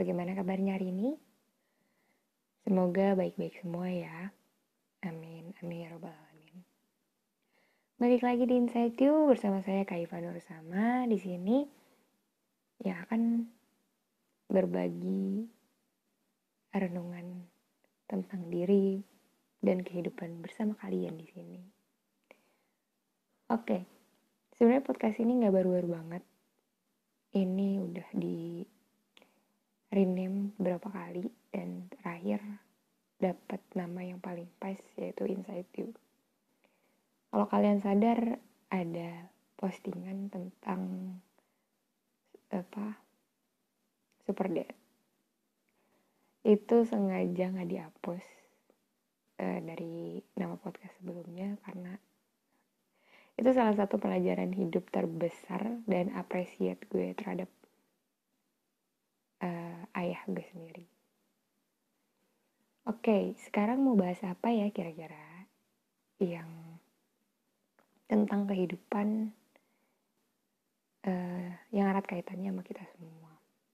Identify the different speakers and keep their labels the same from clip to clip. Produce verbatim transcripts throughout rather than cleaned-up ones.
Speaker 1: bagaimana kabarnya hari ini? Semoga baik-baik semua ya. Amin, amin ya robbal alamin. Balik lagi di Insight You bersama saya Kaifa Nur Sama di sini yang akan berbagi renungan tentang diri dan kehidupan bersama kalian di sini. Oke, sebenarnya podcast ini nggak baru-baru banget. Ini udah di rename beberapa kali dan terakhir dapat nama yang paling pas yaitu Insight You. Kalau kalian sadar ada postingan tentang apa super dad itu sengaja nggak dihapus uh, dari nama podcast sebelumnya karena itu salah satu pelajaran hidup terbesar dan apresiat gue terhadap uh, ayah gue sendiri. Oke, sekarang mau bahas apa ya kira-kira yang tentang kehidupan uh, yang erat kaitannya sama kita semua.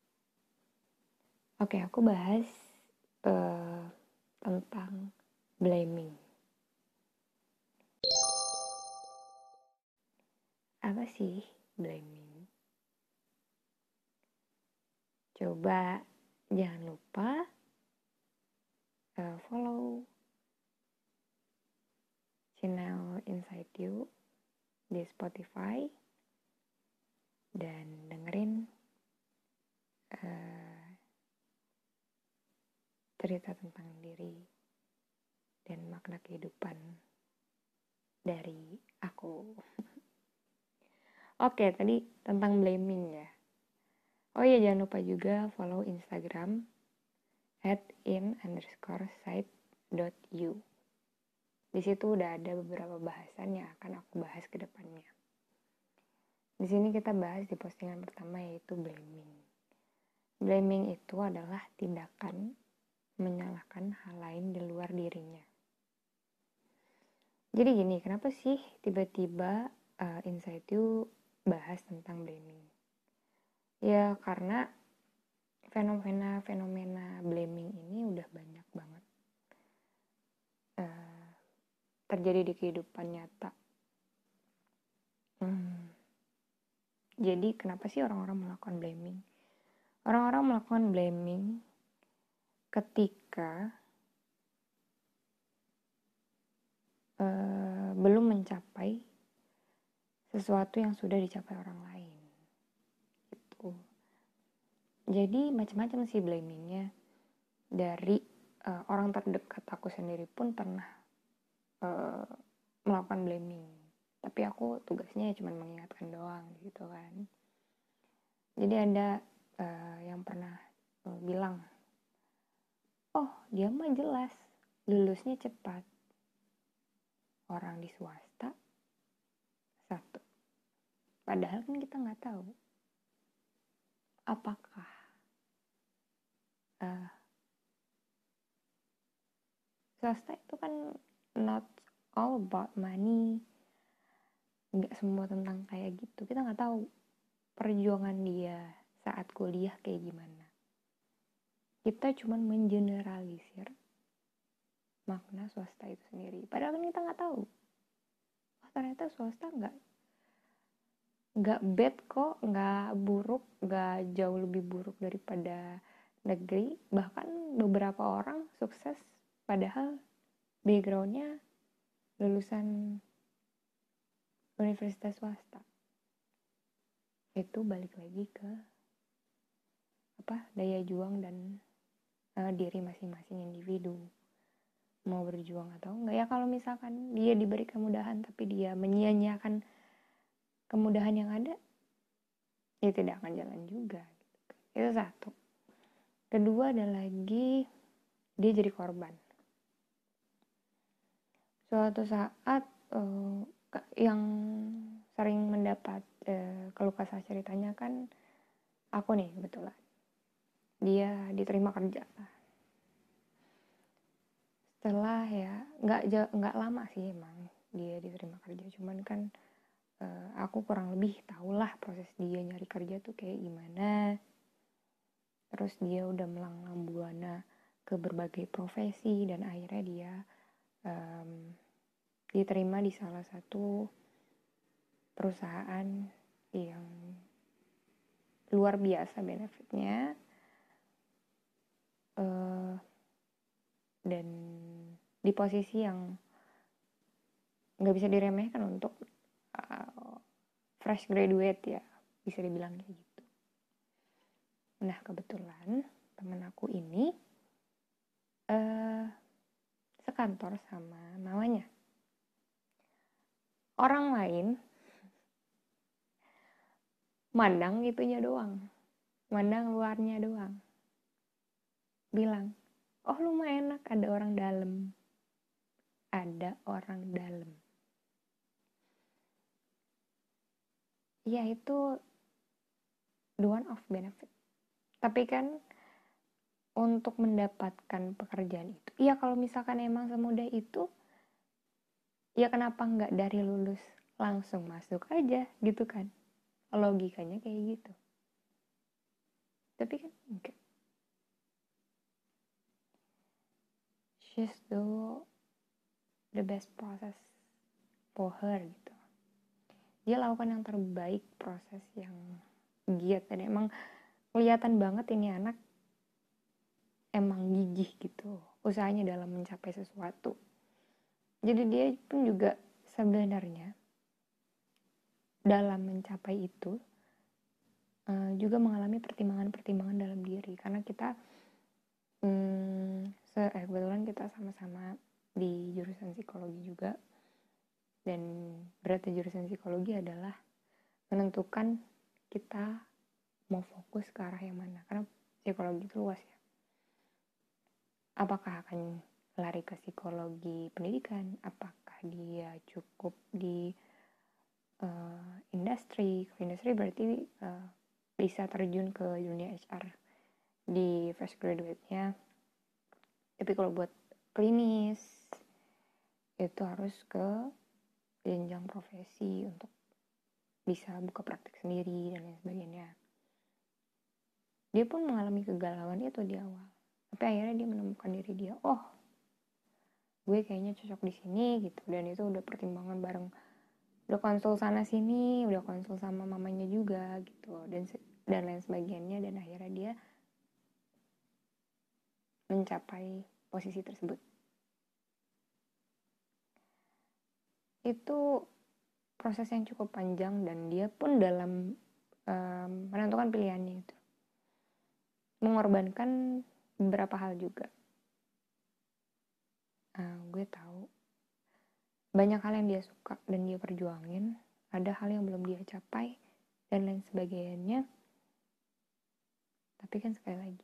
Speaker 1: Oke, aku bahas uh, tentang blaming. Apa sih blaming? Coba jangan lupa uh, follow channel Insight You di Spotify dan dengerin uh, cerita tentang diri dan makna kehidupan dari aku. Oke, tadi tentang blaming ya. Oh iya, jangan lupa juga follow Instagram at in underscore site dot you. Di situ udah ada beberapa bahasan yang akan aku bahas ke depannya. Di sini kita bahas di postingan pertama yaitu blaming. Blaming itu adalah tindakan menyalahkan hal lain di luar dirinya. Jadi gini, kenapa sih tiba-tiba uh, Insight You bahas tentang blaming? Ya karena fenomena-fenomena blaming ini udah banyak banget uh, terjadi di kehidupan nyata. Hmm. Jadi kenapa sih orang-orang melakukan blaming? Orang-orang melakukan blaming ketika uh, belum mencapai sesuatu yang sudah dicapai orang lain. Gitu. Jadi macam-macam sih blamingnya. Dari uh, orang terdekat aku sendiri pun pernah uh, melakukan blaming. Tapi aku tugasnya cuma mengingatkan doang gitu kan. Jadi ada uh, yang pernah uh, bilang, oh dia mah jelas lulusnya cepat. Orang di swasta satu. Padahal kan kita nggak tahu apakah uh, swasta itu kan not all about money. Nggak semua tentang kayak gitu. Kita nggak tahu perjuangan dia saat kuliah kayak gimana. Kita cuma mengeneralisir makna swasta itu sendiri. Padahal kan kita nggak tahu. Oh ternyata swasta nggak nggak bad kok, nggak buruk, nggak jauh lebih buruk daripada negeri. Bahkan beberapa orang sukses padahal backgroundnya lulusan universitas swasta. Itu balik lagi ke apa daya juang dan uh, diri masing-masing individu. Mau berjuang atau enggak ya, kalau misalkan dia diberi kemudahan tapi dia menyia-nyiakan kemudahan yang ada, ya tidak akan jalan juga gitu. Itu satu. Kedua ada lagi dia jadi korban. Suatu saat uh, yang sering mendapat uh, keluh kesah ceritanya kan aku nih kebetulan. Dia diterima kerja. Setelah ya nggak nggak lama sih emang dia diterima kerja, cuman kan uh, aku kurang lebih tahulah proses dia nyari kerja tuh kayak gimana. terus dia udah melanglang buana ke berbagai profesi, dan akhirnya dia um, diterima di salah satu perusahaan yang luar biasa benefitnya, uh, dan di posisi yang nggak bisa diremehkan untuk uh, fresh graduate ya, bisa dibilang kayak gitu. Nah kebetulan temen aku ini uh, sekantor sama mamanya. Orang lain mandang itunya doang, mandang luarnya doang, bilang, oh lu mah enak, ada orang dalam, ada orang dalam. Ya itu the one of benefit. Tapi kan untuk mendapatkan pekerjaan itu, ya kalau misalkan emang semudah itu, ya kenapa nggak dari lulus langsung masuk aja gitu kan? Logikanya kayak gitu. Tapi kan enggak. She's do the best process for her gitu. Dia lakukan yang terbaik, proses yang giat, dan emang kelihatan banget ini anak emang gigih gitu usahanya dalam mencapai sesuatu. Jadi dia pun juga sebenarnya dalam mencapai itu uh, juga mengalami pertimbangan-pertimbangan dalam diri, karena kita hmm, se eh, kebetulan kita sama-sama di jurusan psikologi juga, dan beratnya jurusan psikologi adalah menentukan kita mau fokus ke arah yang mana, karena psikologi itu luas ya. Apakah akan lari ke psikologi pendidikan, apakah dia cukup di uh, industri. Ke industri berarti uh, bisa terjun ke dunia H R di fresh graduate-nya. Tapi kalau buat klinis itu harus ke jenjang profesi untuk bisa buka praktik sendiri dan lain sebagainya. Dia pun mengalami kegalauan itu di awal, tapi akhirnya dia menemukan diri dia, oh gue kayaknya cocok di sini gitu, dan itu udah pertimbangan bareng, udah konsul sana sini, udah konsul sama mamanya juga gitu, dan dan lain sebagainya, dan akhirnya dia mencapai posisi tersebut. Itu proses yang cukup panjang, dan dia pun dalam um, menentukan pilihannya itu mengorbankan beberapa hal juga. Uh, gue tahu banyak hal yang dia suka dan dia perjuangin, ada hal yang belum dia capai dan lain sebagainya. Tapi kan sekali lagi,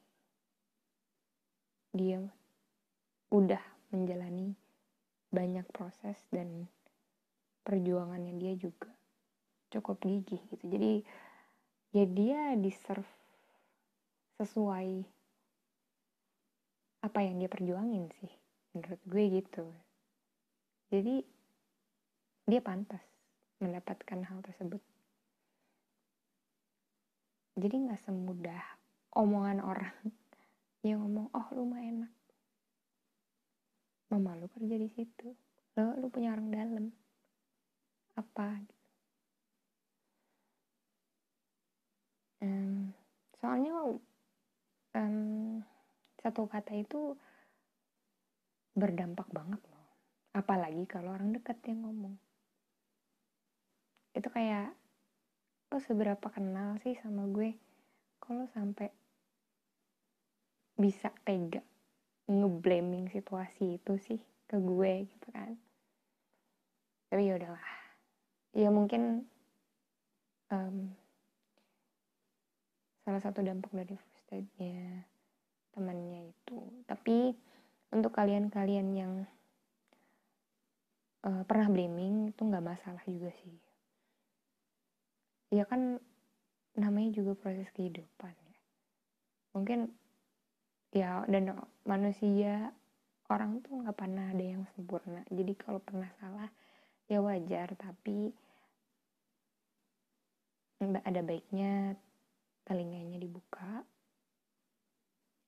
Speaker 1: dia udah menjalani banyak proses dan perjuangannya dia juga cukup gigih gitu. Jadi ya dia deserve sesuai apa yang dia perjuangin sih, menurut gue gitu. Jadi dia pantas mendapatkan hal tersebut. Jadi gak semudah omongan orang yang ngomong, oh lu mah enak, mama lu kerja di situ, lo lu punya orang dalam apa gitu. Um, soalnya um, satu kata itu berdampak banget loh, apalagi kalau orang dekat yang ngomong. Itu kayak, lo seberapa kenal sih sama gue kalau sampai bisa tega ngeblaming situasi itu sih ke gue gitu kan. Tapi ya udahlah, ya mungkin um, salah satu dampak dari first aid-nya temannya itu. Tapi untuk kalian-kalian yang uh, pernah blaming itu nggak masalah juga sih. Ya kan namanya juga proses kehidupan ya. Mungkin ya, dan manusia, orang tuh nggak pernah ada yang sempurna. Jadi kalau pernah salah ya wajar, tapi ada baiknya telinganya dibuka,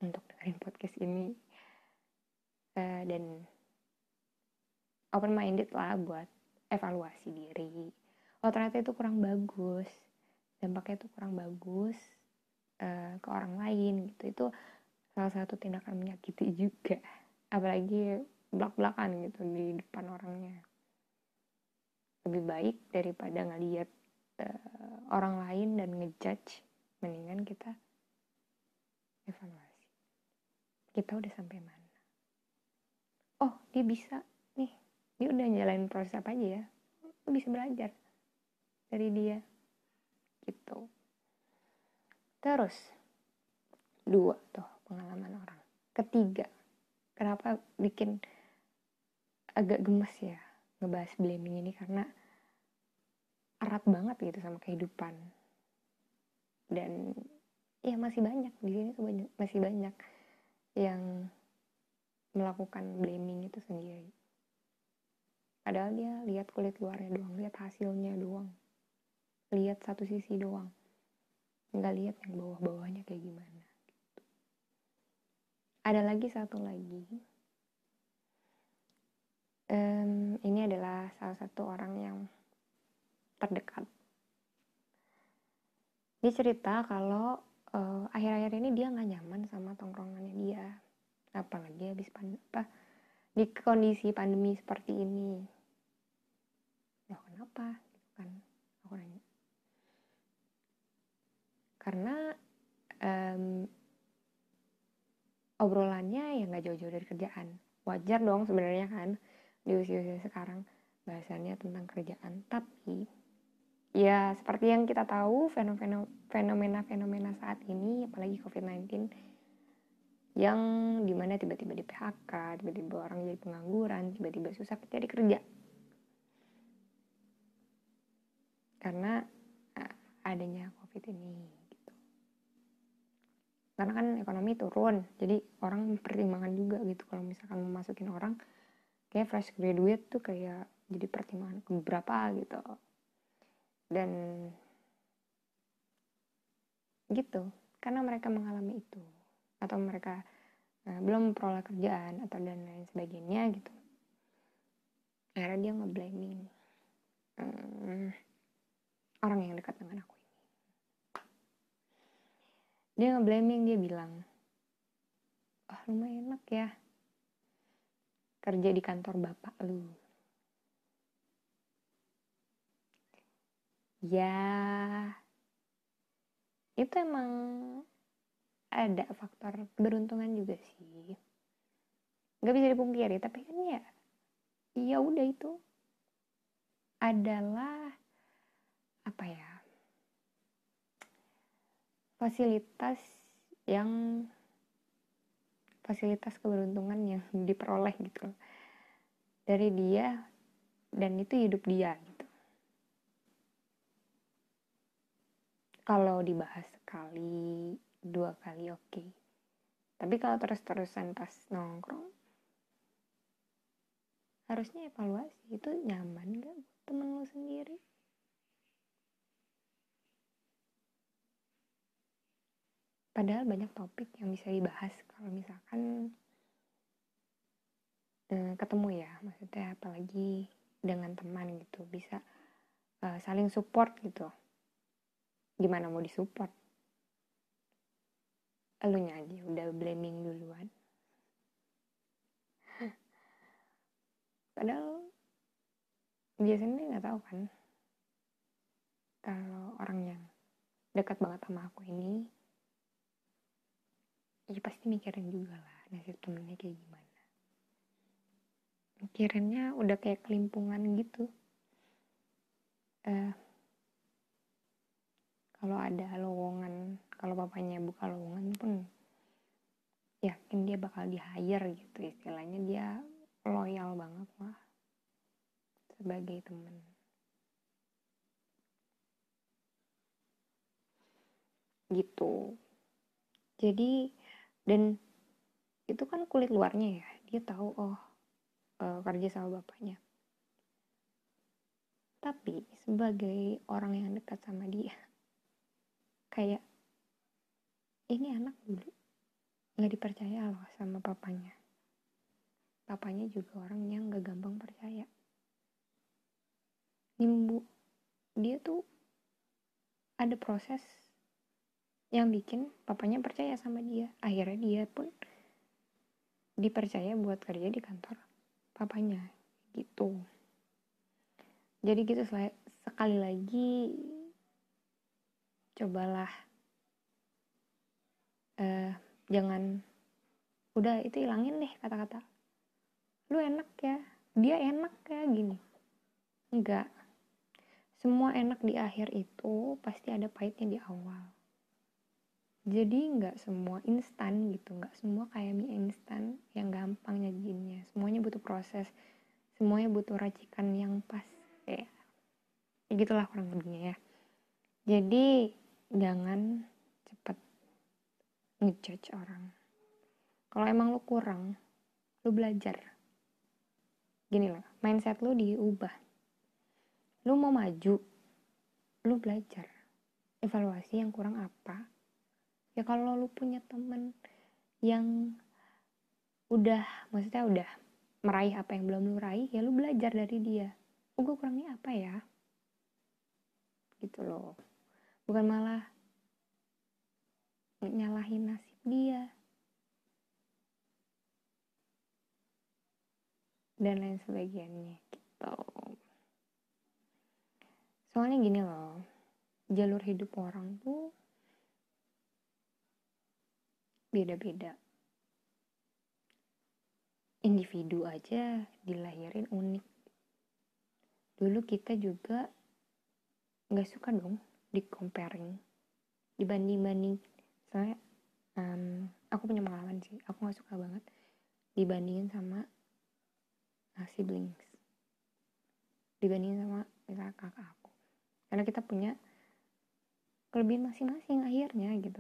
Speaker 1: untuk dengerin podcast ini, uh, dan open minded lah buat evaluasi diri. Oh ternyata itu kurang bagus, dampaknya itu kurang bagus uh, ke orang lain gitu. Itu salah satu tindakan menyakiti juga, apalagi belak-belakan gitu di depan orangnya. Lebih baik daripada ngeliat uh, orang lain dan ngejudge, mendingan kita evaluasi, kita udah sampai mana. Oh dia bisa nih, dia udah jalanin proses apa aja ya, lo bisa belajar dari dia gitu. Terus dua tuh pengalaman orang. Ketiga, kenapa bikin agak gemes ya ngebahas blaming ini, karena erat banget gitu sama kehidupan. Dan ya masih banyak di sini tuh banyak, masih banyak yang melakukan blaming itu sendiri. Padahal dia lihat kulit luarnya doang, lihat hasilnya doang, lihat satu sisi doang, nggak lihat yang bawah-bawahnya kayak gimana. Ada lagi satu lagi, um, ini adalah salah satu orang yang terdekat. Dia cerita kalau uh, akhir-akhir ini dia nggak nyaman sama tongkrongannya dia, apalagi habis pandemi, apa di kondisi pandemi seperti ini. Loh kenapa? Gitu kan, aku nanya. Karena um, obrolannya ya nggak jauh-jauh dari kerjaan. Wajar dong sebenarnya kan di usia-usia sekarang bahasannya tentang kerjaan. Tapi ya seperti yang kita tahu, fenomena-fenomena saat ini, apalagi covid sembilan belas, yang dimana tiba-tiba di P H K, tiba-tiba orang jadi pengangguran, tiba-tiba susah cari kerja. Karena adanya covid ini gitu. Karena kan ekonomi turun, jadi orang mempertimbangkan juga gitu kalau misalkan mau masukin orang kayak fresh graduate tuh kayak jadi pertimbangan keberapa gitu. Dan gitu, karena mereka mengalami itu atau mereka uh, belum memperoleh kerjaan atau dan lain sebagainya gitu, akhirnya dia nge-blaming um, orang yang dekat dengan aku ini. Dia nge-blaming, dia bilang, oh lumayan enak ya kerja di kantor bapak lu. Ya itu emang ada faktor keberuntungan juga sih, nggak bisa dipungkiri. Tapi kan ya ya udah, itu adalah apa ya, fasilitas yang fasilitas keberuntungan yang diperoleh gitu dari dia, dan itu hidup dia gitu. Kalau dibahas sekali dua kali oke, okay. Tapi kalau terus-terusan pas nongkrong, harusnya evaluasi, itu nyaman gak buat temen lo sendiri? Padahal banyak topik yang bisa dibahas kalau misalkan eh, ketemu ya, maksudnya apalagi dengan teman gitu, bisa uh, saling support gitu. Gimana mau disupport? Elunya aja udah blaming duluan. Padahal biasanya dia nggak tahu kan kalau orang yang dekat banget sama aku ini ya pasti mikirin juga lah nasib temennya kayak gimana. Mikirinnya udah kayak kelimpungan gitu. Uh, kalau ada lowongan, kalau papanya buka lowongan pun yakin dia bakal di-hire gitu, istilahnya dia loyal banget lah sebagai teman. Gitu. Jadi, dan itu kan kulit luarnya ya, dia tahu oh uh, kerja sama bapaknya. Tapi sebagai orang yang dekat sama dia, kayak ini anak dulu nggak dipercaya loh sama papanya. Papanya juga orang yang gak gampang percaya. Nimbu, dia tuh ada proses yang bikin papanya percaya sama dia. Akhirnya dia pun dipercaya buat kerja di kantor papanya gitu. Jadi gitu, sekali lagi cobalah uh, jangan udah itu hilangin deh kata-kata lu enak ya, dia enak ya gini. Enggak, semua enak di akhir itu pasti ada pahitnya di awal. Jadi nggak semua instan gitu, nggak semua kayak mie instan yang gampang nyajiinnya. Semuanya butuh proses, semuanya butuh racikan yang pas. Ya, ya gitulah kurang lebihnya ya. Jadi jangan cepet ngejudge orang. Kalau emang lu kurang, lu belajar. Gini loh, mindset lu diubah. Lu mau maju, lu belajar. Evaluasi yang kurang apa. Ya kalau lu punya temen yang udah, maksudnya udah meraih apa yang belum lu raih, ya lu belajar dari dia. Oh, gue kurangnya apa ya? Gitu loh. Bukan malah nyalahin nasib dia. Dan lain sebagainya gitu. Soalnya gini loh, jalur hidup orang tuh beda-beda. Individu aja dilahirin unik. Dulu kita juga gak suka dong di comparing, dibanding-banding. Soalnya um, aku punya pengalaman sih, aku gak suka banget dibandingin sama uh, siblings, dibandingin sama misalnya kakak aku, karena kita punya kelebihan masing-masing akhirnya gitu.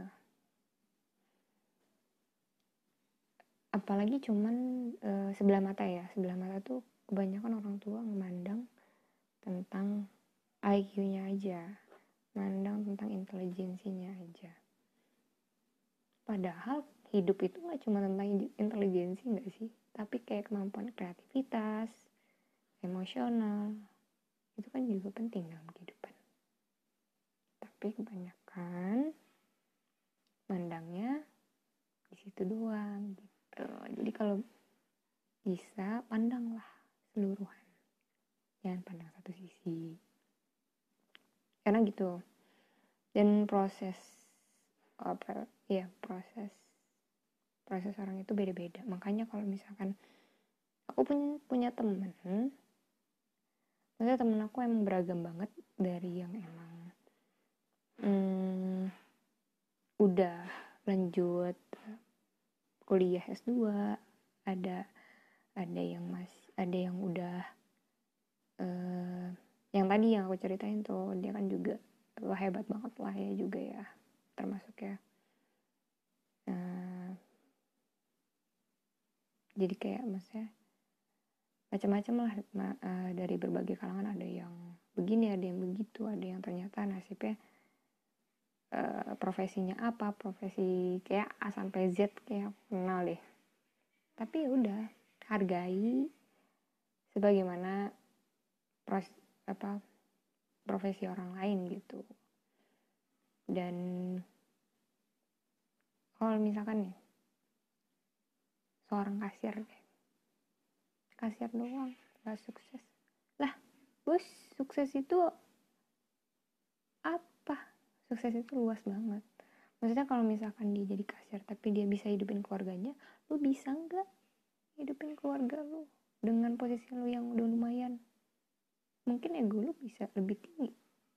Speaker 1: Apalagi cuman uh, sebelah mata ya, sebelah mata tuh kebanyakan orang tua memandang tentang I Q-nya aja, memandang tentang intelijensinya aja. Padahal hidup itu gak cuma tentang intelijensi gak sih, tapi kayak kemampuan kreativitas, emosional, itu kan juga penting dalam kehidupan. Tapi kebanyakan mandangnya di situ doang gitu. Jadi kalau bisa pandanglah seluruhan, jangan pandang satu sisi. Karena gitu. Dan proses apa ya proses proses orang itu beda-beda. Makanya kalau misalkan aku punya punya temen, maksudnya temen aku emang beragam banget, dari yang emang hmm, udah lanjut kuliah S dua, ada ada yang masih ada yang udah uh, yang tadi yang aku ceritain tuh, dia kan juga wah, hebat banget lah ya juga ya, termasuk ya uh, jadi kayak maksudnya macam-macam lah, uh, dari berbagai kalangan, ada yang begini, ada yang begitu, ada yang ternyata nasibnya uh, profesinya apa, profesi kayak A sampai Z kayak kenal deh. Tapi ya udah, hargai sebagaimana pros, apa profesi orang lain gitu. Dan kalau misalkan nih seorang kasir deh, kasir doang gak sukses lah, bos, sukses itu apa? Sukses itu luas banget. Maksudnya kalau misalkan dia jadi kasir tapi dia bisa hidupin keluarganya, lu bisa nggak hidupin keluarga lu dengan posisi lu yang udah lumayan? Mungkin ego lu bisa lebih tinggi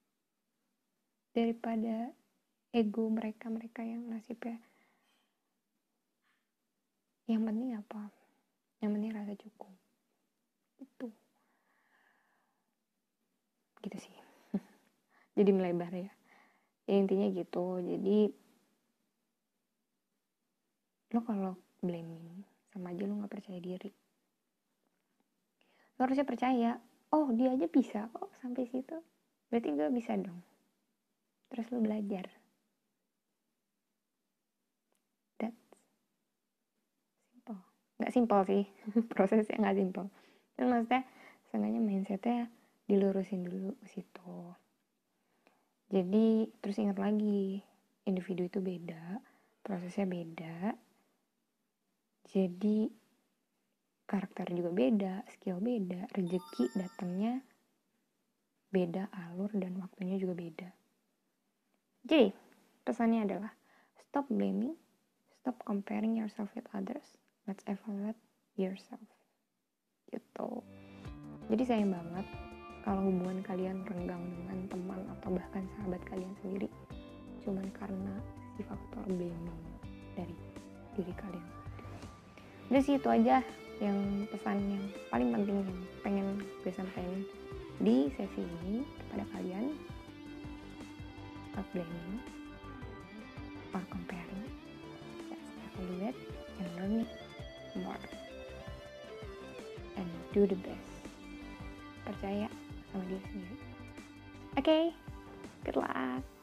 Speaker 1: daripada ego mereka-mereka yang nasibnya yang penting apa? Yang penting rasa cukup. Itu gitu sih. Jadi melebar ya. Ya intinya gitu. Jadi lo kalau blaming sama aja lo gak percaya diri. Lo harusnya percaya, oh dia aja bisa kok sampai situ, berarti gue bisa dong. Terus lo belajar. That's nggak simpel sih prosesnya nggak simpel, dan maksudnya seenggaknya mindsetnya dilurusin dulu ke situ. Jadi terus ingat lagi, individu itu beda, prosesnya beda, jadi karakter juga beda, skill beda, rezeki datangnya beda, alur dan waktunya juga beda. Jadi pesannya adalah stop blaming, stop comparing yourself with others, let's evaluate yourself gitu. Jadi sayang banget kalau hubungan kalian renggang dengan teman atau bahkan sahabat kalian sendiri cuman karena si faktor blaming dari diri kalian. Udah sih, itu aja yang pesan yang paling penting yang pengen gue sampaikan di sesi ini kepada kalian. Stop blaming or comparing, just evaluate and learn more and do the best. Percaya sama diri sendiri. Oke, okay, good luck.